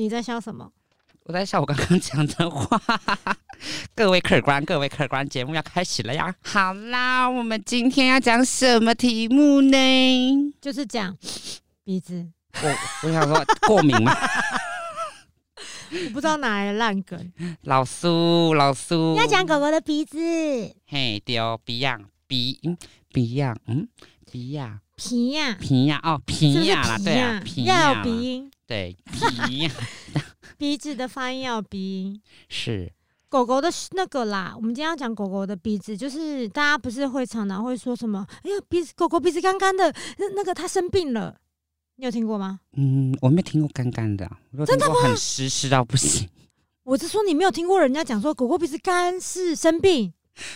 你在笑什么？ 我在笑我刚刚讲的话。各位客官，节目要开始了呀！好啦，我们今天要讲什么题目呢？ 就是讲鼻子。 我想说过敏吗？ 我不知道哪来的烂梗。 老苏， 要讲狗狗的鼻子。 嘿，对哦，鼻呀，鼻呀，啦，对啊，鼻呀要有鼻音， 对，鼻呀， 鼻子的发音要有鼻音。 是狗狗的那个啦，我们今天要讲狗狗的鼻子，就是大家不是会常常会说什么？哎呀，狗狗鼻子干干的，那个它生病了，你有听过吗？ 我没有听过干干的，我听过很湿到不行。 我是说你没有听过人家讲说狗狗鼻子干是生病。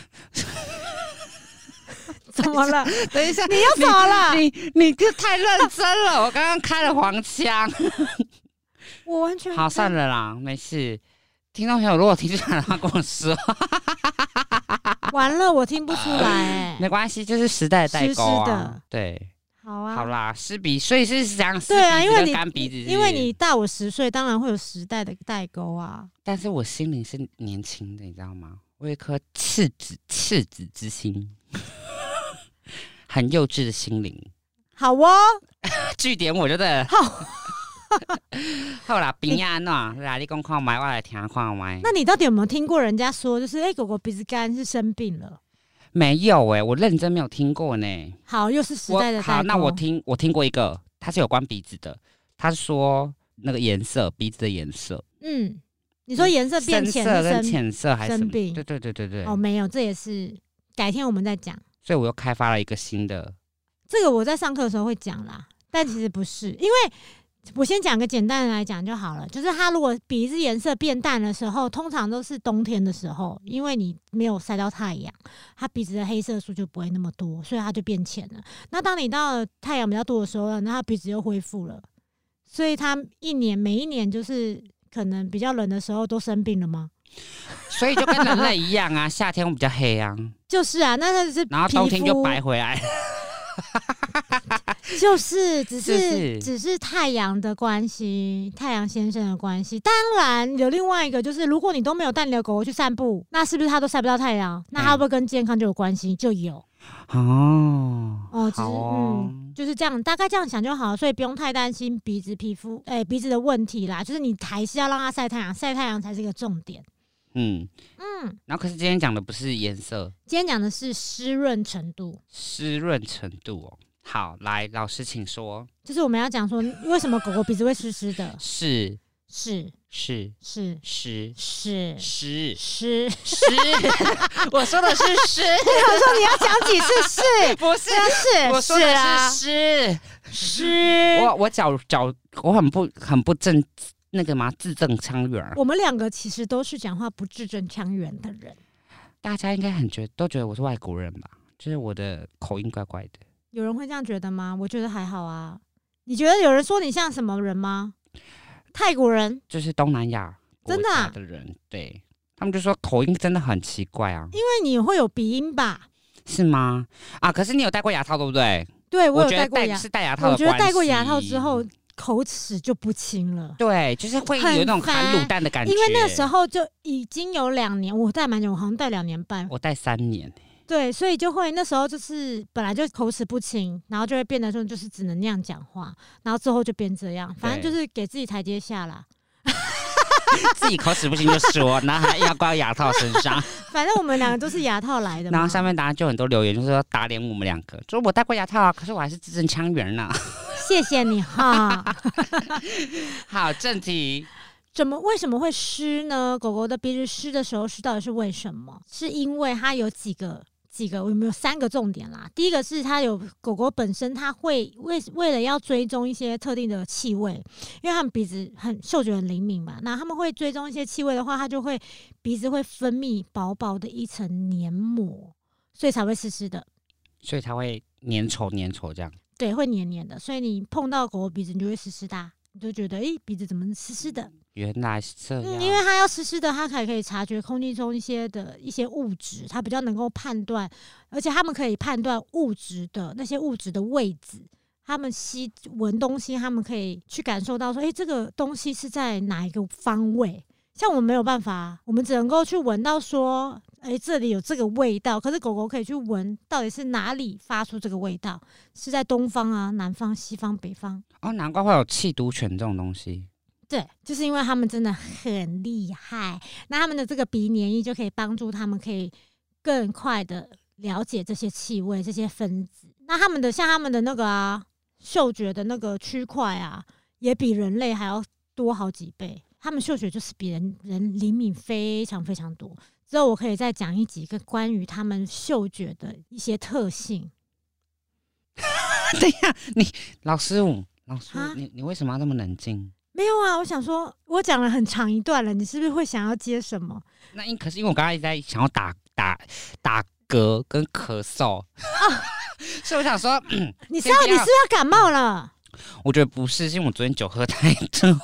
怎么了？ 等一下， 你又怎么了？ 你这太认真了，我刚刚开了黄腔。 我完全好，算了啦，没事。听众朋友，如果听出来的话，跟我说。 完了，我听不出来没关系，就是时代的代沟啊。 湿的， 对， 好啊， 好啦，湿鼻，所以是讲湿对啊， 鼻子跟干鼻子因为你大我10岁，当然会有时代的代沟啊。 但是我心灵是年轻的，你知道吗？我有一颗赤子之心，很幼稚的心灵。 好哦， 据点我就对。 好。 好啦，鼻呀喏，来你讲看麦，我来听看麦。 那你到底有没有听过人家说，就是狗狗鼻子干是生病了？ 没有我认真没有听过呢。 好，又是时代的代沟。 好，那我听过一个，它是有关鼻子的。他说那个颜色，鼻子的颜色。 你说颜色变浅深色跟浅色还是生病？ 对。 哦，没有，这也是改天我们再讲。 所以我又开发了一个新的。 这个我在上课的时候会讲啦，但其实不是，因为我先讲个简单的来讲就好了。就是它如果鼻子颜色变淡的时候，通常都是冬天的时候，因为你没有晒到太阳，它鼻子的黑色素就不会那么多，所以它就变浅了。那当你到了太阳比较多的时候，那它鼻子又恢复了，所以它每一年就是可能比较冷的时候都生病了吗？ 所以就跟人类一样啊，夏天会比较黑啊。 就是啊，那它是然后冬天就白回来。 就是只是太阳的关系，太阳先生的关系。当然有另外一个，就是如果你都没有带你的狗狗去散步，那是不是它都晒不到太阳？那它会不会跟健康就有关系？就有。就是这样，大概这样想就好了，所以不用太担心鼻子的问题啦。就是你还是要让它晒太阳，晒太阳才是一个重点。 然后可是今天讲的不是颜色， 今天讲的是湿润程度哦。好，来，老师请说。 就是我们要讲说，为什么狗狗鼻子会湿湿的？ 是，我说的是湿。 我说你要讲几次是？ 不是，我说的是湿。我很不正那个嘛，字正腔圆。 我们两个其实都是讲话不字正腔圆的人。 大家应该都觉得我是外国人吧？就是我的口音怪怪的。 有人会这样觉得吗？我觉得还好啊。你觉得有人说你像什么人吗？泰国人， 就是东南亚国家的人，对，他们就说口音真的很奇怪啊。因为你会有鼻音吧？ 是吗？可是你有戴过牙套对不对？ 对，我有戴过是戴牙套的关系。 我觉得戴过牙套之后，口齿就不清了。 对，就是会有那种含卤蛋的感觉。 因为那时候就已经有2年，我戴蛮久，我好像戴2年半。 我戴3年。 对，所以就会那时候就是本来就口齿不清，然后就会变得说就是只能那样讲话，然后之后就变这样，反正就是给自己台阶下啦。 自己口齿不清就说，然后还要挂牙套身上。 反正我们2个都是牙套来的嘛。 然后下面大家就很多留言，就是说打脸我们2个，说我戴过牙套啊，可是我还是字正腔圆呢。 谢谢你哈。 好，正题。 为什么会湿呢？狗狗的鼻子湿的时候湿到底是为什么？是因为它有几个有没有3个重点啦？第一个是它有狗狗本身，它会为了要追踪一些特定的气味，因为它们鼻子嗅觉很灵敏嘛，那它们会追踪一些气味的话，它就会鼻子会分泌薄薄的一层黏膜，所以才会湿湿的。 所以它会粘稠这样。 对，会黏黏的，所以你碰到狗狗鼻子，你就会湿湿的，你就觉得鼻子怎么湿湿的？ 原来是这样。 因为它要湿湿的，它才可以察觉空气中一些物质，它比较能够判断，而且它们可以判断那些物质的位置， 他们闻东西，他们可以去感受到说，这个东西是在哪一个方位。像我们没有办法，我们只能够去闻到说，这里有这个味道。可是狗狗可以去闻，到底是哪里发出这个味道？是在东方啊、南方、西方、北方？ 哦，难怪会有缉毒犬这种东西。 对，就是因为他们真的很厉害。那他们的这个鼻黏液就可以帮助他们，可以更快的了解这些气味、这些分子。那他们的那个嗅觉的那个区块啊，也比人类还要多好几倍。他们嗅觉就是比人灵敏非常非常多。之后我可以再讲几个关于他们嗅觉的一些特性。 等一下，老师，你为什么要那么冷静？ 没有啊，我想说，我讲了很长一段了，你是不是会想要接什么？ 可是因为我刚刚一直在想要打嗝跟咳嗽，所以我想说， 你是不是要感冒了？ 我觉得不是，是因为我昨天酒喝太多。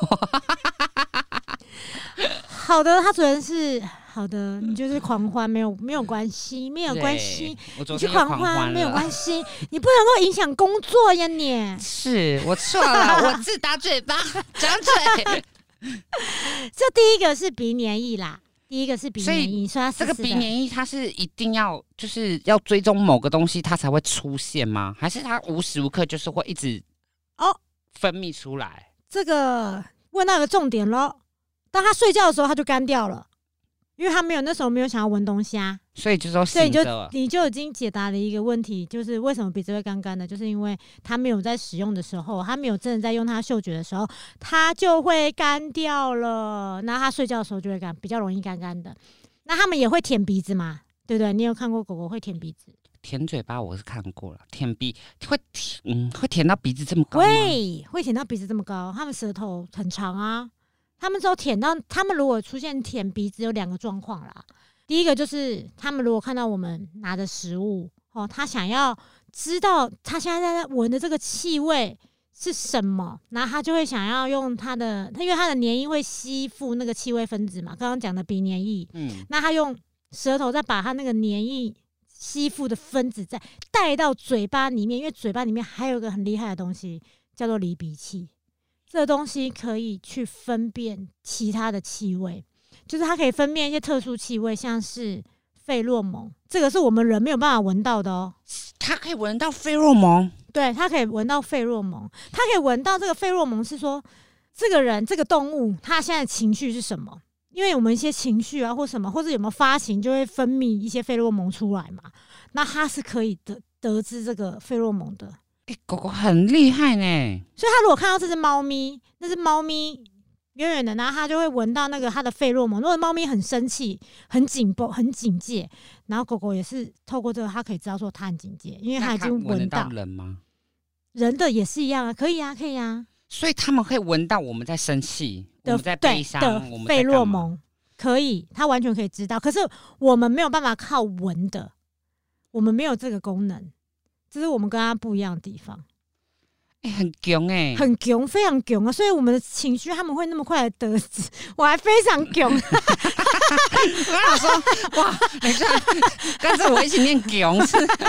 好的，他昨天是好的，你就是狂欢，没有关系，没有关系， 你去狂欢没有关系，你不能够影响工作呀，你。 是我错了，我自打嘴巴，张嘴。 这第一个是鼻黏液啦，所以它这个鼻黏液它是一定要就是要追踪某个东西它才会出现吗？还是它无时无刻就是会一直分泌出来？ 这个问到一个重点咯。当他睡觉的时候，他就干掉了，因为他那时候没有想要闻东西啊， 所以就说醒着了， 你就已经解答了一个问题，就是为什么鼻子会干干的，就是因为他没有在使用的时候，他没有真的在用他嗅觉的时候，他就会干掉了。那他睡觉的时候就会比较容易干干的。那他们也会舔鼻子嘛，对不对？你有看过狗狗会舔鼻子？ 舔嘴巴我是看过了，舔鼻会舔到鼻子这么高吗？ 会舔到鼻子这么高，他们舌头很长啊。他们之后舔到，他们如果出现舔鼻子有2个状况啦。第一个就是他们如果看到我们拿的食物，他想要知道他现在在闻的这个气味是什么，然后他就会想要用因为他的黏液会吸附那个气味分子嘛，刚刚讲的鼻黏液，那他用舌头再把他那个黏液吸附的分子再带到嘴巴里面，因为嘴巴里面还有一个很厉害的东西叫做离鼻器。这个东西可以去分辨其他的气味，就是它可以分辨一些特殊气味，像是费洛蒙，这个是我们人没有办法闻到的哦。 它可以闻到费洛蒙？ 对，它可以闻到费洛蒙，它可以闻到这个费洛蒙是说这个人这个动物它现在的情绪是什么，因为我们一些情绪啊或什么，或者有没有发情就会分泌一些费洛蒙出来嘛，那它是可以得知这个费洛蒙的。 狗狗很厉害呢， 所以他如果看到这只猫咪，那只猫咪远远的，然后他就会闻到那个它的费洛蒙。如果猫咪很生气、很紧绷、很警戒，然后狗狗也是透过这个，它可以知道说它很警戒，因为它已经闻到。 人吗？ 人的也是一样啊，可以啊，可以啊。 所以他们可以闻到我们在生气、我们在悲伤的费洛蒙，可以，它完全可以知道。可是我们没有办法靠闻的，我们没有这个功能。这是我们跟他不一样的地方， 很强很强，非常强啊！所以我们的情绪他们会那么快的得知，我还非常强。我刚想说，哇，等一下，跟着我一起念强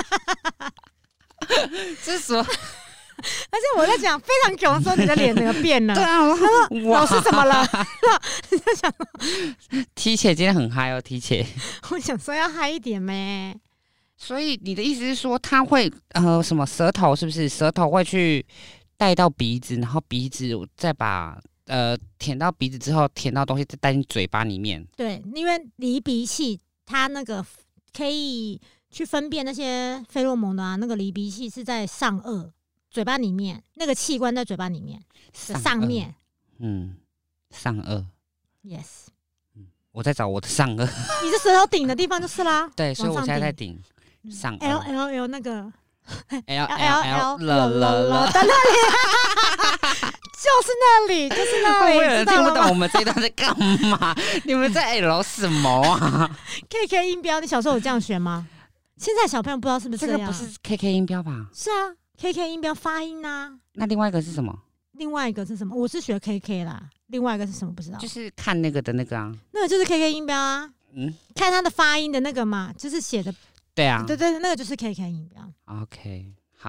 是什么？ 而且我在讲非常强的时候，你的脸整个变了。 对啊， 他说老师怎么了？你在想 T 姐今天很嗨哦 ，T 姐。 我想说要嗨一点咩？ 所以你的意思是说，它会什么舌头是不是？舌头会去带到鼻子，然后鼻子再把舔到鼻子之后，舔到东西再带进嘴巴里面。 对，因为离鼻器它那个可以去分辨那些费洛蒙的啊，那个离鼻器是在上颚嘴巴里面，那个器官在嘴巴里面的上面。 上颚。 Yes。 我在找我的上颚， 你是舌头顶的地方就是啦。 对，所以我现在在顶上颚。 L 那个 L 了在那里，就是那里，就是那里。 有人听不懂我们这一段在干嘛？你们在 L 什么啊 ？KK 音标，你小时候有这样学吗？现在小朋友不知道是不是这样。这个不是 KK 音标吧？ 是啊 ，KK 音标发音啊。 那另外一个是什么？ 另外一个是什么？我是学 KK 啦。另外一个是什么不知道？ 就是看那个的那个啊， 那个就是 KK 音标啊，看它的发音的那个嘛，就是写的， 对啊， 对，那个就是 KK 音标。 OK， 好，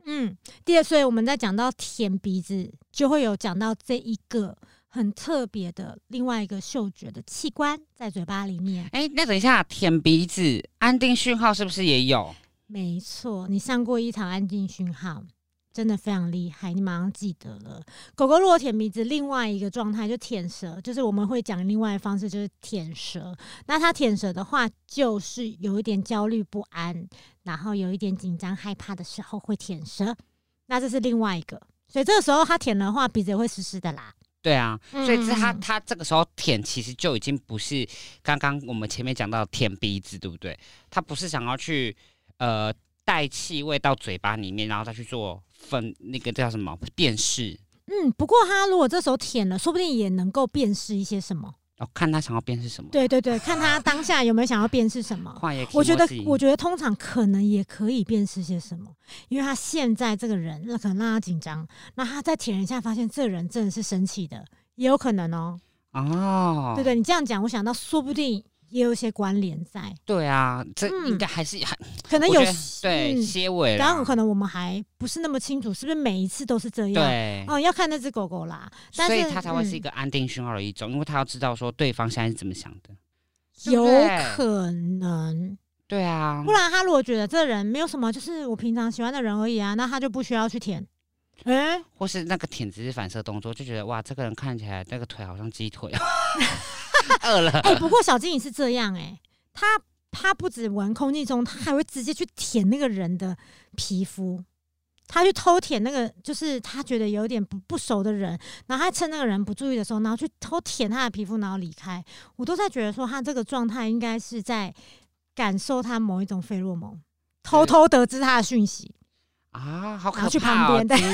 第二，所以我们在讲到舔鼻子，就会有讲到这一个很特别的另外一个嗅觉的器官在嘴巴里面。 那等一下，舔鼻子安定讯号是不是也有？ 没错，你上过一堂安定讯号，真的非常厉害，你马上记得了。狗狗如果舔鼻子，另外一个状态就舔舌，就是我们会讲另外一个方式就是舔舌。那它舔舌的话，就是有一点焦虑不安，然后有一点紧张害怕的时候会舔舌。那这是另外一个，所以这个时候它舔的话，鼻子也会湿湿的啦。 对啊，所以他这个时候舔，其实就已经不是刚刚我们前面讲到舔鼻子，对不对？他不是想要去带气味到嘴巴里面，然后再去做那个叫什么辨识。 不过他如果这时候舔了，说不定也能够辨识一些什么。 看他想要辨识什么。 对对对，看他当下有没有想要辨识什么。我觉得通常可能也可以辨识些什么，因为他现在这个人可能让他紧张，那他再舔一下，发现这个人真的是生气的，也有可能哦。对对，你这样讲，我想到说不定也有一些关联在。 对啊，这应该还是可能有对些微啦。 当然可能我们还不是那么清楚，是不是每一次都是这样？ 对要看那只狗狗啦。但是所以它才会是一个安定讯号的一种，因为它要知道说对方现在是怎么想的。 有可能。 对啊， 不然他如果觉得这个人没有什么，就是我平常喜欢的人而已啊，那他就不需要去舔。 或是那个舔只是反射动作，就觉得哇，这个人看起来那个腿好像鸡腿饿了。 不过小金鱼是这样他不止闻空气中，他还会直接去舔那个人的皮肤，他去偷舔那个就是他觉得有点不熟的人，然后他趁那个人不注意的时候，然后去偷舔他的皮肤，然后离开。我都在觉得说他这个状态应该是在感受他某一种费洛蒙，偷偷得知他的讯息啊，好可怕去旁边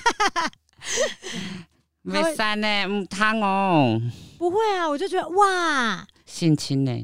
没删呢，汤哦。 不会啊，我就觉得哇， 性侵呢，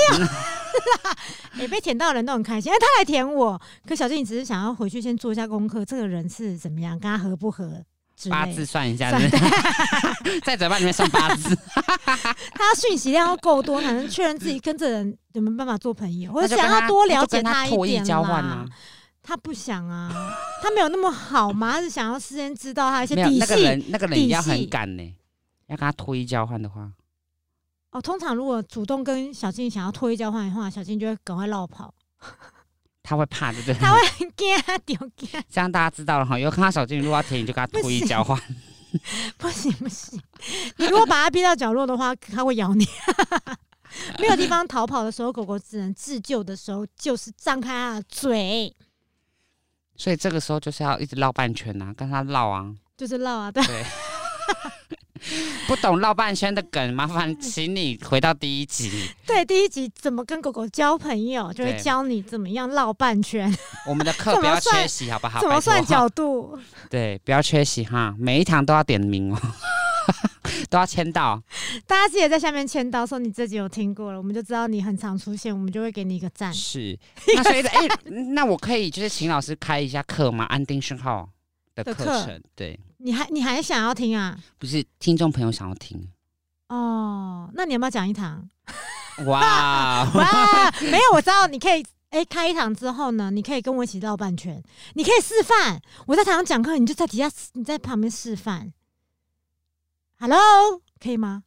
没有被舔到的人都很开心。他来舔我，可小金你只是想要回去先做一下功课，这个人是怎么样，跟他合不合之类的， 八字算一下在嘴巴里面算八字。 他讯息量要够多，才能确认自己跟这人有没有办法做朋友，或者想要多了解他一点啦。他不想啊，他没有那么好嘛，他是想要事先知道他一些底细。 那个人要很敢呢，要跟他脱衣交换的话。 通常如果主动跟小金想要脱衣交换的话，小金就会赶快绕跑。 他会怕，对不对？ 他会很惊， 这样大家知道了哈。以后看到小金如果要舔你，就跟他脱衣交换。 不行，你如果把他逼到角落的话，他会咬你。没有地方逃跑的时候，狗狗只能自救的时候，就是张开它的嘴。 所以这个时候就是要一直绕半圈啊，跟他绕啊， 就是绕啊，对。 不懂绕半圈的梗，麻烦请你回到第一集。 对，第一集怎么跟狗狗交朋友，就会教你怎么样绕半圈。 我们的课不要缺席，好不好？ 怎么算角度？ 对，不要缺席哈，每一堂都要点名哦，都要签到。 大家记得在下面签到，说你这集有听过了，我们就知道你很常出现，我们就会给你一个赞。 是，那所以那我可以就是请老师开一下课吗？安定讯号的课程，对。你还想要听啊？ 不是，听众朋友想要听哦。那你要不要讲一堂？ 哇没有，我知道你可以。开一堂之后呢，你可以跟我一起绕半圈，你可以示范。我在台上讲课，你就在底下，你在旁边示范。Hello， 可以吗？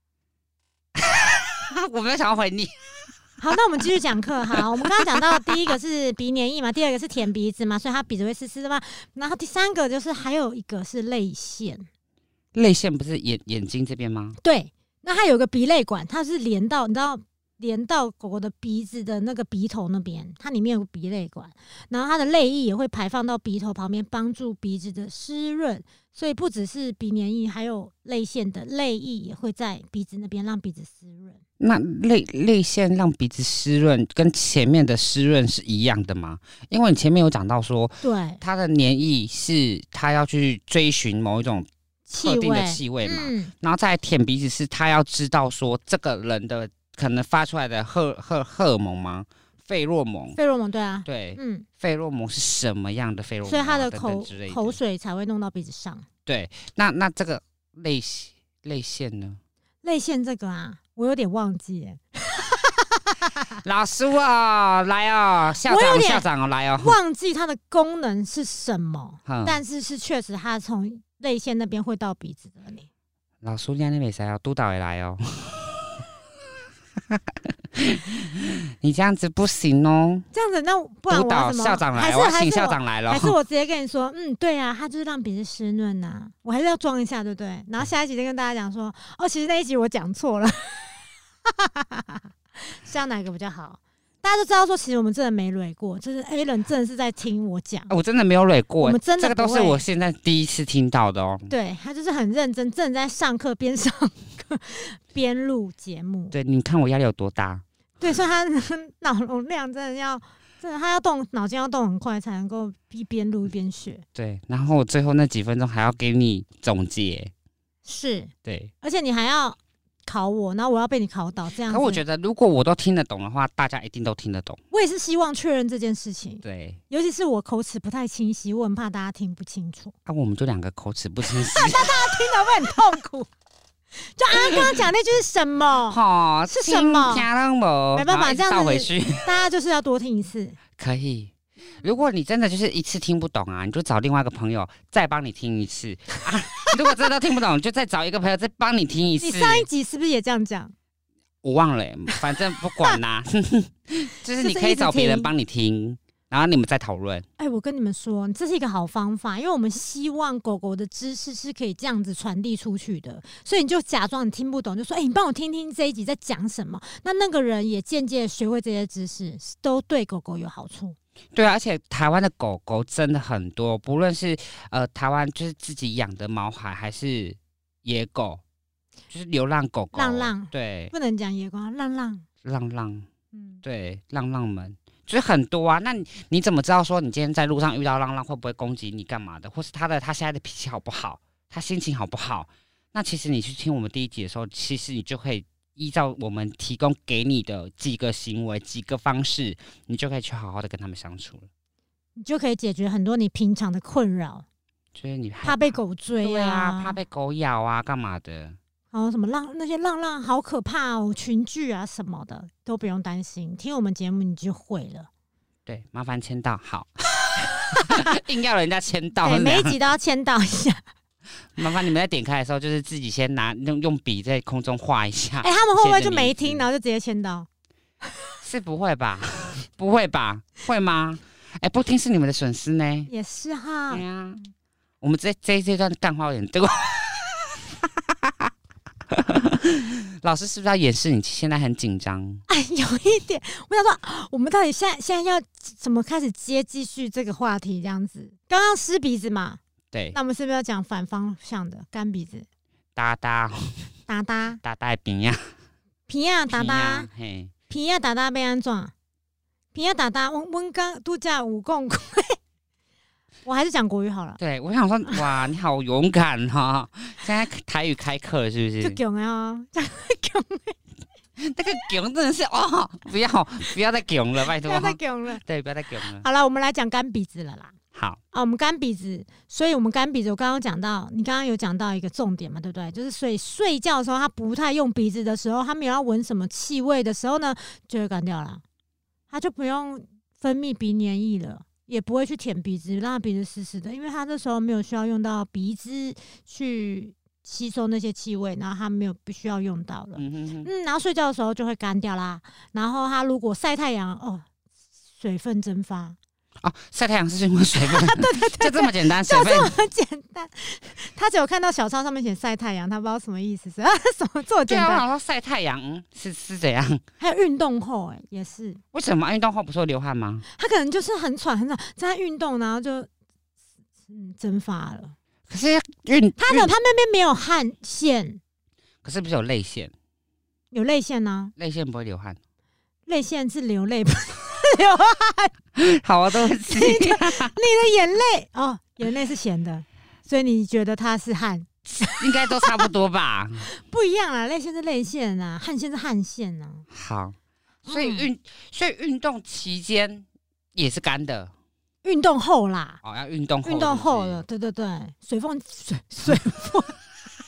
我没有想要回你。 好，那我们继续讲课。好，我们刚刚讲到第一个是鼻黏液嘛，第二个是舔鼻子嘛，所以它鼻子会湿湿的嘛。然后第三个就是还有一个是泪腺。 泪腺不是眼睛这边吗？ 对，那它有个鼻泪管，它是连到，你知道连到狗狗的鼻子的那个鼻头那边，它里面有个鼻泪管，然后它的泪液也会排放到鼻头旁边，帮助鼻子的湿润。所以不只是鼻黏液，还有泪腺的泪液也会在鼻子那边让鼻子湿润。 那泪腺让鼻子湿润，跟前面的湿润是一样的吗？因为你前面有讲到说， 对， 它的黏液是它要去追寻某一种特定的气味嘛，然后再舔鼻子是它要知道说这个人的可能发出来的荷尔蒙吗？费洛蒙， 对啊， 对，费洛蒙是什么样的费洛蒙？ 所以它的口水才会弄到鼻子上。 对，那这个泪腺呢？ 泪腺这个啊，我有点忘记耶。 老师哦，来哦，校长哦，来哦。 忘记它的功能是什么，但是确实它从泪腺那边会到鼻子的你。 老师，你安尼袂使哦，督导会来哦。你这样子不行哦。 这样子，那不然我要怎么？ 校长来，我要请校长来了。 还是我直接跟你说，对啊，他就是让鼻子湿润呐，我还是要装一下，对不对？然后下一集再跟大家讲说，其实那一集我讲错了，这样哪个比较好？大家都知道说，其实我们真的没蕊过，就是 Alan 真的是在听我讲， 我真的没有蕊过， 我们真的这个都是我现在第一次听到的哦。 对，他就是很认真，正在上课边上课边录节目。 对，你看我压力有多大？ 对，所以他脑容量真的他要动脑筋要动很快，才能够一边录一边学。 对，然后最后那几分钟还要给你总结。 是， 对， 而且你还要考我，然后我要被你考倒，这样子。 可我觉得，如果我都听得懂的话，大家一定都听得懂。 我也是希望确认这件事情。 对， 尤其是我口齿不太清晰，我很怕大家听不清楚。 我们就两个口齿不清晰， 那大家听了会很痛苦。就刚刚讲那句是什么？是什么？没办法，这样子倒回去， 大家就是要多听一次。 可以。如果你真的就是一次听不懂啊，你就找另外一个朋友再帮你听一次啊。如果真的听不懂，你就再找一个朋友再帮你听一次。 你上一集是不是也这样讲？ 我忘了反正不管啦，就是你可以找别人帮你听。然后你们再讨论。 我跟你们说，这是一个好方法，因为我们希望狗狗的知识是可以这样子传递出去的，所以你就假装你听不懂，就说：“你帮我听听这一集在讲什么。”那个人也间接学会这些知识，都对狗狗有好处。 对啊，而且台湾的狗狗真的很多，不论是台湾就是自己养的毛孩，还是野狗，就是流浪狗狗。 浪浪， 对， 不能讲野狗，浪浪， 对，浪浪们。就是很多啊，那你怎么知道说你今天在路上遇到浪浪会不会攻击你干嘛的，或是他现在的脾气好不好，他心情好不好？那其实你去听我们第一集的时候，其实你就可以依照我们提供给你的几个行为、几个方式，你就可以去好好的跟他们相处了。 你就可以解决很多你平常的困扰， 就是你怕被狗追啊， 怕被狗咬啊，干嘛的？ 然后什么那些浪浪好可怕哦，群聚啊什么的都不用担心，听我们节目你就会了。 对，麻烦签到好，硬要人家签到， 对，每一集都要签到一下。 麻烦你们在点开的时候，就是自己先用笔在空中画一下。 他们会不会就没听，然后就直接签到？ 是不会吧？不会吧？会吗？不听是你们的损失呢。 也是哈。 对啊，我们这段干话有点多。老师是不是要掩饰你现在很紧张？ 有一点。我想说，我们到底现在要怎么开始继续这个话题？这样子，刚刚湿鼻子嘛， 对。 那我们是不是要讲反方向的干鼻子？ 哒哒的鼻呀， 鼻呀哒哒，鼻呀哒哒要安怎？鼻呀哒哒，我刚度假有讲过。我还是讲国语好了。对， 我想说，哇，你好勇敢哈！现在台语开课了，是不是？ 就囧啊， 那个囧真的是哦，不要再囧了，拜托， 不要再囧了。 对，不要再囧了。 好了，我们来讲干鼻子了啦。 好我们干鼻子，所以我们干鼻子，我刚刚讲到，你刚刚有讲到一个重点嘛，对不对？就是所以睡觉的时候，他不太用鼻子的时候，他没有要闻什么气味的时候呢，就会干掉了，他就不用分泌鼻黏液了。也不会去舔鼻子，让他鼻子湿湿的，因为他这时候没有需要用到鼻子去吸收那些气味，然后他没有必须要用到了。然后睡觉的时候就会干掉啦。然后他如果晒太阳，水分蒸发。 晒太阳是因为水分， 对， 就这么简单， 就这么简单。他只有看到小抄上面写晒太阳，他不知道什么意思，什么这么简单？ 对啊，我想说晒太阳是怎样？ 还有运动后也是。 为什么运动后不是会流汗吗？ 他可能就是很喘，在运动，然后就蒸发了。 可是他那边没有汗腺， 可是不是有泪腺？ 有泪腺呢。 泪腺不会流汗， 泪腺是流泪。流汗， 好啊，对不起。 你的眼泪眼泪是咸的，所以你觉得它是汗？ 应该都差不多吧？ 不一样啦，泪腺是泪腺啊，汗腺是汗腺啊。 好，所以运动期间也是干的。 运动后啦， 要运动后， 运动后了，对，水分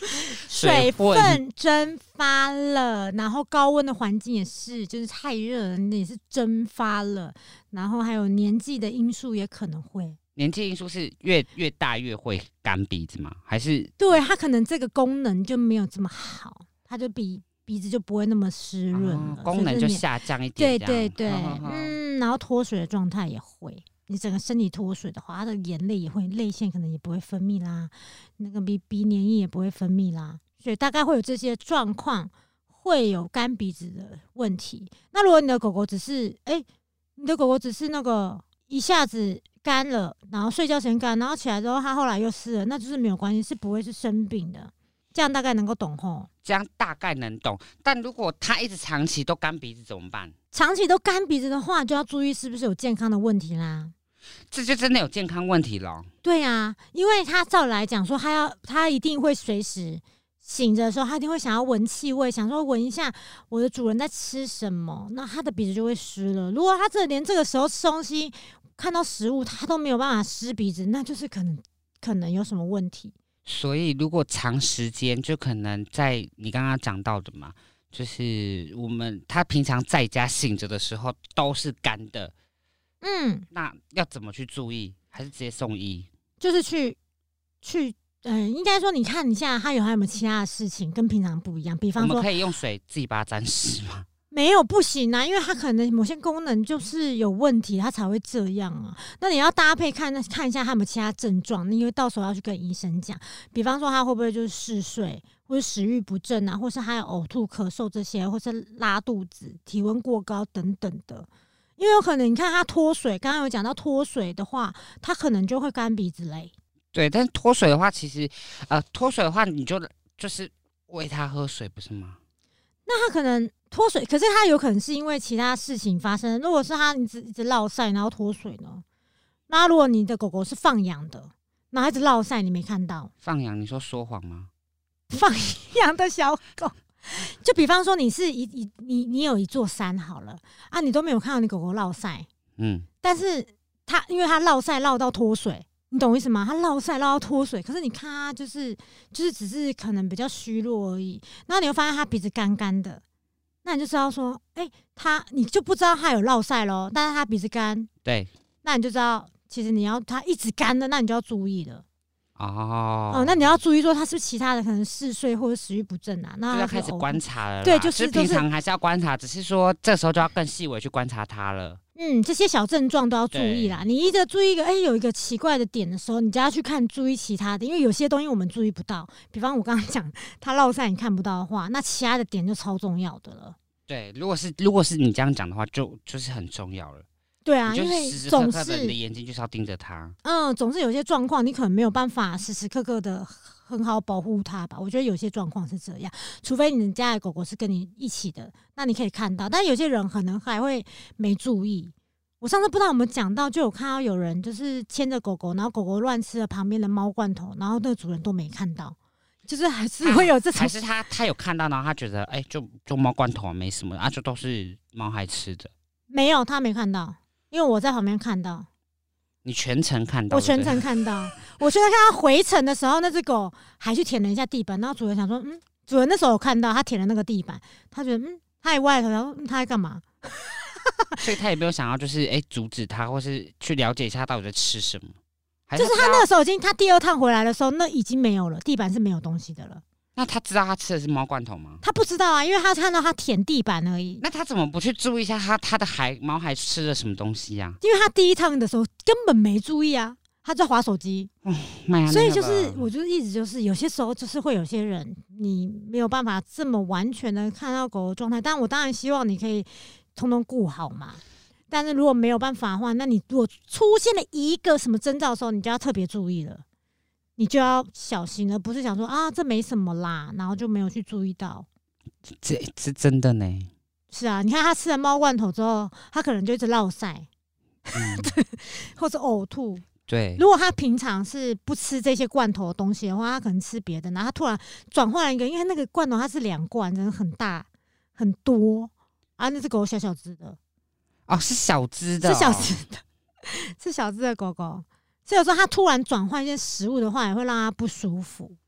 水分蒸发了，然后高温的环境也是，就是太热了也是蒸发了，然后还有年纪的因素也可能会。 年纪因素是越大越会干鼻子吗？还是对它可能这个功能就没有这么好，它就鼻子就不会那么湿润了， 功能就下降一点。 对对，然后脱水的状态也会。你整个身体脱水的话，它的眼泪也会，泪腺可能也不会分泌啦，那个鼻黏液也不会分泌啦，所以大概会有这些状况，会有干鼻子的问题。那如果你的狗狗只是那个一下子干了，然后睡觉前干，然后起来之后它后来又湿了，那就是没有关系，是不会是生病的。这样大概能够懂吼？ 这样大概能懂，但如果它一直长期都干鼻子怎么办？ 长期都干鼻子的话，就要注意是不是有健康的问题啦。 这就真的有健康问题了。 对啊，因为他照理来讲说，他一定会随时醒着的时候，他一定会想要闻气味，想说闻一下我的主人在吃什么，那他的鼻子就会湿了。如果他连这个时候吃东西看到食物，他都没有办法湿鼻子，那就是可能有什么问题。 所以如果长时间，就可能在你刚刚讲到的嘛，就是他平常在家醒着的时候都是干的。那要怎么去注意？还是直接送医？ 就是去，应该说，你看一下他还有没有其他的事情跟平常不一样。比方说， 我们可以用水自己把它沾湿吗？ 没有，不行啊，因为他可能某些功能就是有问题，他才会这样啊。那你要搭配看一下他有没有其他症状，因为到时候要去跟医生讲。比方说，他会不会就是嗜睡，或者食欲不振啊，或是他有呕吐、咳嗽这些，或是拉肚子、体温过高等等的。因为有可能你看他脱水，刚刚有讲到脱水的话，他可能就会干鼻子嘞。 对，但是脱水的话，其实脱水的话，你就是喂他喝水，不是吗？ 那他可能脱水，可是他有可能是因为其他事情发生。如果是他一直落晒，然后脱水呢？那如果你的狗狗是放养的，然后一直落晒，你没看到？ 放养？你说说谎吗？ 放养的小狗。就比方说你有一座山好了啊，你都没有看到你狗狗落晒，但是因为它落晒落到脱水，你懂我意思吗？它落晒落到脱水，可是你看它就是只是可能比较虚弱而已，然后你会发现它鼻子干干的，那你就知道说，你就不知道它有落晒咯，但是它鼻子干， 对， 那你就知道其实它一直干的，那你就要注意了。那你要注意说他是不是其他的可能嗜睡或者食欲不振啊？那就要开始观察了啦。 对，就是平常还是要观察，只是说这时候就要更细微去观察他了。 这些小症状都要注意啦。你一直注意有一个奇怪的点的时候，你就要去注意其他的，因为有些东西我们注意不到。比方我刚刚讲他落晒你看不到的话，那其他的点就超重要的了。 对，如果是你这样讲的话，就是很重要了。 对啊，因为总是你的眼睛就是要盯着它。 总是有些状况你可能没有办法时时刻刻的很好保护它吧。我觉得有些状况是这样，除非你家的狗狗是跟你一起的，那你可以看到。但有些人可能还会没注意。我上次不知道有没有讲到，就有看到有人就是牵着狗狗，然后狗狗乱吃了旁边的猫罐头，然后那个主人都没看到。就是还是会有这种， 还是他有看到，然后他觉得就猫罐头没什么啊，就都是猫孩吃的。 没有，他没看到。因为我在旁边看到， 你全程看到， 我全程看到，我全程看到回程的时候，那只狗还去舔了一下地板，然后主人想说，主人那时候有看到他舔了那个地板，他觉得他也歪了头，然后他在干嘛？ 所以他也没有想要就是阻止他，或是去了解一下他到底在吃什么。 就是他那个时候他第二趟回来的时候，那已经没有了，地板是没有东西的了。 那他知道他吃的是猫罐头吗？ 他不知道啊，因为他看到他舔地板而已。 那他怎么不去注意一下他的猫还吃了什么东西啊？ 因为他第一趟的时候根本没注意啊，他在滑手机。所以就是我就一直就是有些时候就是会有些人你没有办法这么完全的看到狗的状态，但我当然希望你可以通通顾好嘛。但是如果没有办法的话，那你如果出现了一个什么征兆的时候，你就要特别注意了。你就要小心了，不是想说啊这没什么啦，然后就没有去注意到。 这是真的呢。 是啊，你看他吃了猫罐头之后，他可能就一直落晒，或者呕吐。 对， 如果他平常是不吃这些罐头的东西的话，他可能吃别的，然后他突然转换了一个，因为那个罐头它是2罐，真的很大很多啊，那只狗小小只的。 是小只的， 是小只的，是小只的狗狗。所以有时候它突然转换一些食物的话，也会让它不舒服。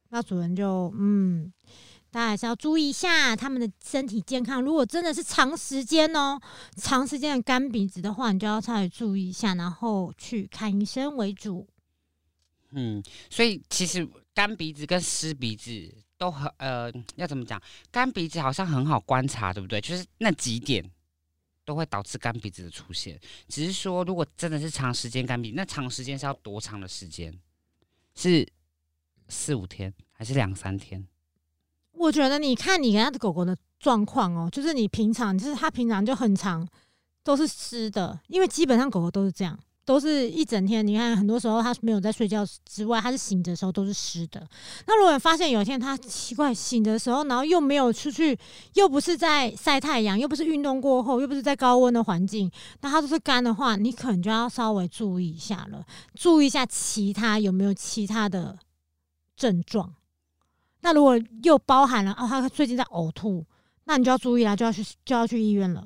那主人就大家还是要注意一下他们的身体健康。如果真的是长时间的干鼻子的话，你就要稍微注意一下，然后去看医生为主。 所以其实干鼻子跟湿鼻子都很要怎么讲？干鼻子好像很好观察，对不对？就是那几点都会导致干鼻子的出现。只是说，如果真的是长时间干鼻子，那长时间是要多长的时间？是4-5天还是2-3天？ 我觉得你看你家的狗狗的状况就是它平常就很长都是湿的，因为基本上狗狗都是这样，都是一整天。你看很多时候它没有在睡觉之外，它是醒着的时候都是湿的。那如果你发现有一天它奇怪醒的时候，然后又没有出去，又不是在晒太阳，又不是运动过后，又不是在高温的环境，那它都是干的话，你可能就要稍微注意一下了，注意一下有没有其他的症状。那如果又包含了他最近在呕吐，那你就要注意啦，就要去医院了。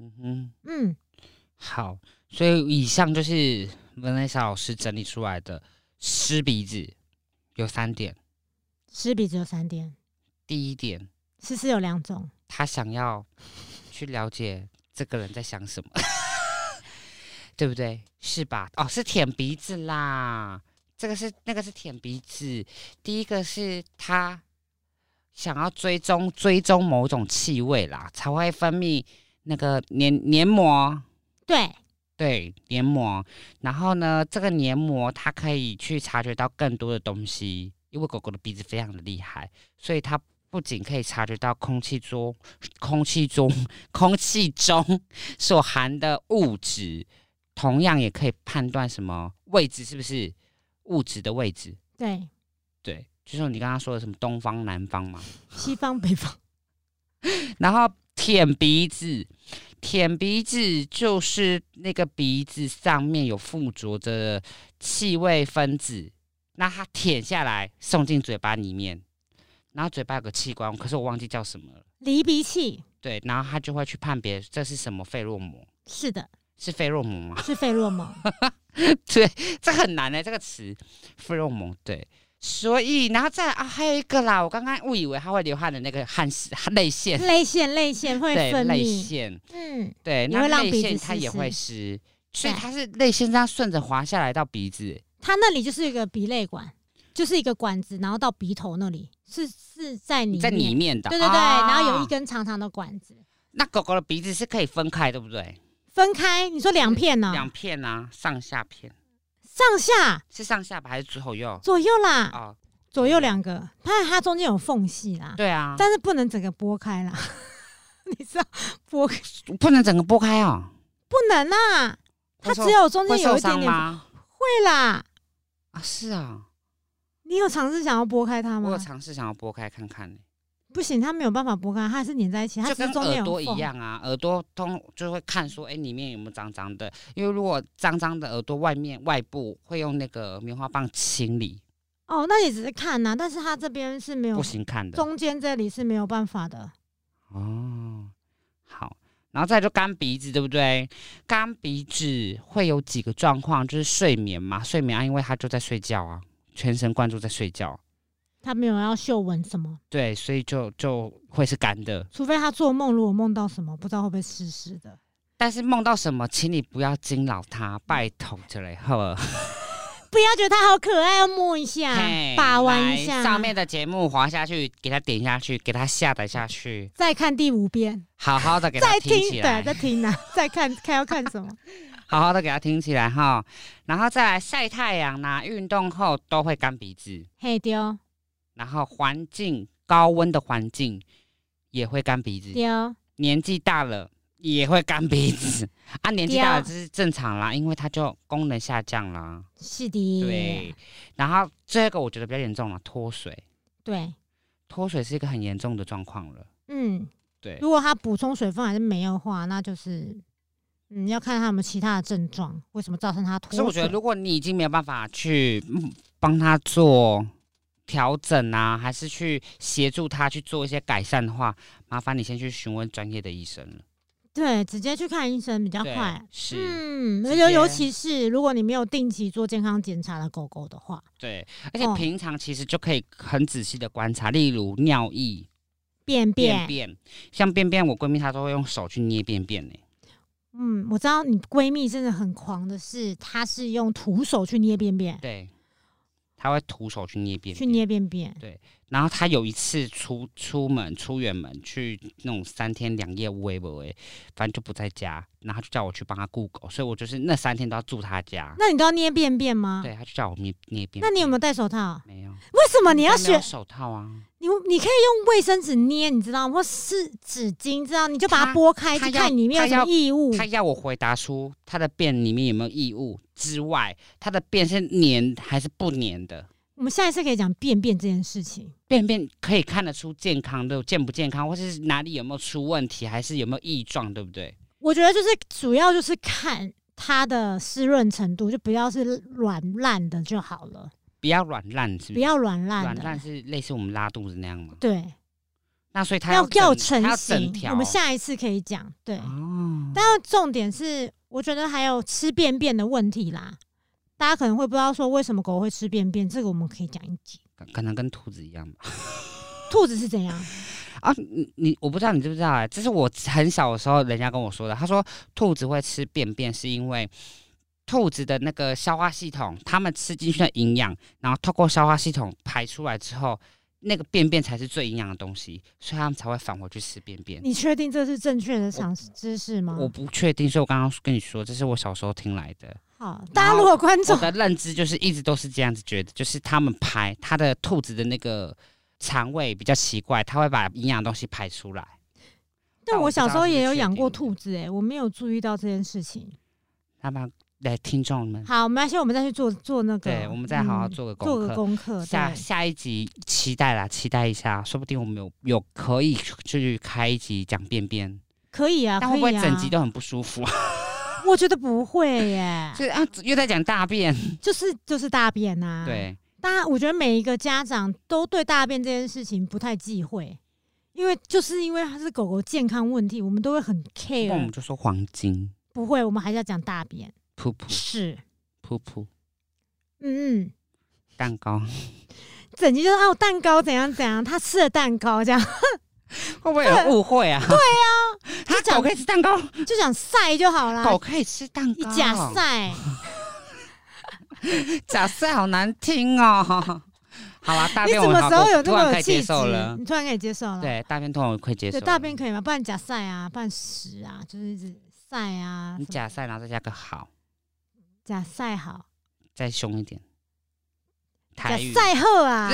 好，所以以上就是 Vanessa 老师整理出来的湿鼻子有3点。 湿鼻子有3点。 第一点， 湿有2种， 他想要去了解这个人在想什么，对不对？是吧？是舔鼻子啦。那个是舔鼻子，第一个是他想要追踪某种气味啦，才会分泌那个黏膜，对黏膜。然后呢，这个黏膜它可以去察觉到更多的东西，因为狗狗的鼻子非常的厉害，所以它不仅可以察觉到空气中所含的物质，同样也可以判断什么位置是不是物质的位置。对，就是你刚刚说的什么东方南方嘛， 西方北方。 然后舔鼻子就是那个鼻子上面有附着着气味分子，那它舔下来送进嘴巴里面，然后嘴巴有个器官，可是我忘记叫什么了， 离鼻器。 对，然后它就会去判别这是什么费洛蒙。 是的， 是费洛蒙吗？ 是费洛蒙。 对，这很难这个词，费洛蒙。对，所以然后再来还有一个啦，我刚刚误以为它会流汗的那个泪腺会分泌泪腺，对，那泪腺它也会湿，所以它是泪腺这样顺着滑下来到鼻子， 它那里就是一个鼻泪管，就是一个管子，然后到鼻头那里是在里面的，对，然后有一根长长的管子。 那狗狗的鼻子是可以分开，对不对？ 分开？你说2片呢？2 片啊，上下片。 上下是上下吧，还是左右？ 左右啦，左右2个，它中间有缝隙啦。对啊，但是不能整个拨开啦。你知道不能整个拨开不能啦，它只有中间有一点点吗？ 会啦。 是啊。 你有尝试想要拨开它吗？ 我有尝试想要拨开看看不行，它没有办法拨开，它还是粘在一起，它就跟中间耳朵一样啊。耳朵就会看说，里面有没有脏脏的，因为如果脏脏的耳朵外部会用那个棉花棒清理。 那也只是看但是它这边是没有不行看的， 中间这里是没有办法的。 好，然后再就干鼻子，对不对？干鼻子会有几个状况，就是睡眠嘛，因为它就在睡觉啊，全神贯注在睡觉。 他没有要嗅闻什么，对， 所以就会是干的， 除非他做梦，如果梦到什么，不知道会不会湿湿的。 但是梦到什么，请你不要惊扰他，拜托之类，好不好？ 不要觉得他好可爱，要摸一下，把玩一下。 上面的节目滑下去，给他点下去，给他下载下去， 再看第5遍， 好好的给他听起来， 再听再看要看什么， 好好的给他听起来哈。然后再来晒太阳运动后都会干鼻子， 嘿丢。 然后高温的环境也会干鼻子，年纪大了也会干鼻子年纪大了这是正常啦，因为它就功能下降啦。 是的， 对。然后这个我觉得比较严重了，脱水。 对， 脱水是一个很严重的状况了。对。 如果他补充水分还是没有的话，那就是要看他们其他的症状，为什么造成他脱水。 所以我觉得，如果你已经没有办法去帮他做调整还是去协助他去做一些改善的话，麻烦你先去询问专业的医生了。 对，直接去看医生比较对快。 是， 尤其是如果你没有定期做健康检查的狗狗的话， 对，而且平常其实就可以很仔细的观察，例如尿液、 便便， 像便便，我闺蜜她都会用手去捏便便呢。 我知道你闺蜜真的很狂的是，她是用徒手去捏便便， 对，她会徒手去捏便便， 去捏便便。 对，然后她有一次出远门去那种3天2夜无为，反正就不在家，然后她就叫我去帮她顾狗，所以我就是那3天都要住她家。 那你都要捏便便吗？ 对，她就叫我捏便便。 那你有没有戴手套？ 没有。 为什么你要选手套啊？ 你可以用卫生纸捏，你知道吗？或是纸巾，知道你就把它拨开，去看里面有什么异物。 他要我回答出他的便里面有没有异物之外，他的便是黏还是不黏的？ 我们下一次可以讲便便这件事情。 便便可以看得出健康的健不健康，或是哪里有没有出问题，还是有没有异状，对不对？ 我觉得就是主要就是看它的湿润程度，就不要是软烂的就好了。 不要软烂，是不是？ 不要软烂的， 软烂是类似我们拉肚子那样吗？ 对。 那所以它要成型， 条。 我们下一次可以讲。对。但重点是，我觉得还有吃便便的问题啦。大家可能会不知道说为什么狗会吃便便，这个我们可以讲一集。 可能跟兔子一样吧。 兔子是怎样？ 啊，我不知道你知不知道这是我很小的时候人家跟我说的。他说兔子会吃便便是因为兔子的那个消化系统，它们吃进去的营养，然后透过消化系统排出来之后，那个便便才是最营养的东西，所以他们才会返回去吃便便。 你确定这是正确的知识吗？ 我不确定，所以我刚刚跟你说，这是我小时候听来的。 好，大家如果观众， 我的认知就是一直都是这样子觉得，就是他们排它的兔子的那个肠胃比较奇怪，它会把营养的东西排出来。 但我小时候也有养过兔子，我没有注意到这件事情。 他们来听众们， 好，没关系，我们再去做那个， 对，我们再好好做个功课。下一集期待一下，说不定我们有可以去开一集讲便便。 可以啊， 但会不会整集都很不舒服？ 我觉得不会耶。 就是又在讲大便， 就是大便啊。 对， 我觉得每一个家长都对大便这件事情不太忌讳，因为它是狗狗健康问题，我们都会很 care。 那我们就说黄金， 不会，我们还是要讲大便。 噗噗是噗噗，蛋糕， 整集就是蛋糕怎样怎样，他吃了蛋糕这样。 会不会有误会啊？ 对啊， 他狗可以吃蛋糕， 就讲晒就好啦。 狗可以吃蛋糕， 假晒， 假晒好难听哦。好啦，大便我你什么时候有那么可以接受了？ 你突然可以接受了？ 对，大便突然可以接受。 对，大便可以吗？不然假晒啊，不然屎啊，就是一直晒啊。 你假晒，然后再加个好， 假晒好， 再凶一点。 假晒好啊。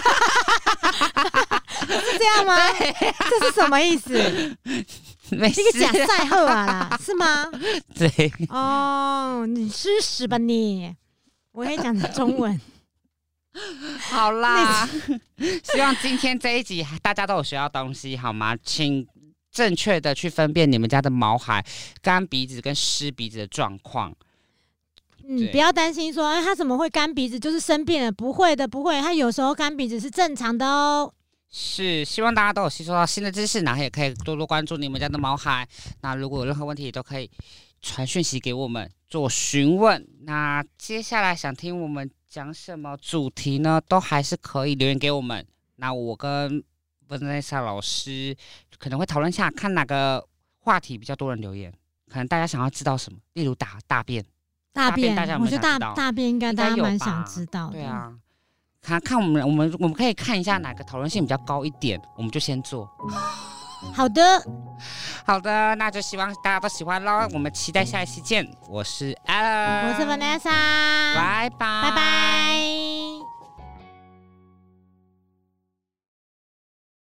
是这样吗？这是什么意思？ 没事， 这个假赛后啊啦，是吗？ 对。 哦，你吃屎吧你！我可以讲成中文。 好啦，希望今天这一集大家都有学到东西，好吗？请正确的去分辨你们家的毛孩干鼻子跟湿鼻子的状况。 不要担心说，他怎么会干鼻子？就是生病了？不会的，不会，他有时候干鼻子是正常的哦。 是，希望大家都有吸收到新的知识，然后也可以多多关注你们家的毛孩。那如果有任何问题，都可以传讯息给我们做询问。那接下来想听我们讲什么主题呢？都还是可以留言给我们。那我跟Vanessa 老师可能会讨论一下，看哪个话题比较多人留言，可能大家想要知道什么，例如大便。 大便， 大家有没有想知道？ 我觉得大便应该大家蛮想知道的。 对啊，看我们可以看一下哪个讨论性比较高一点，我们就先做。 好的， 那就希望大家都喜欢咯。我们期待下一期见。我是 Alan， 我是 Vanessa， 拜拜， 拜拜。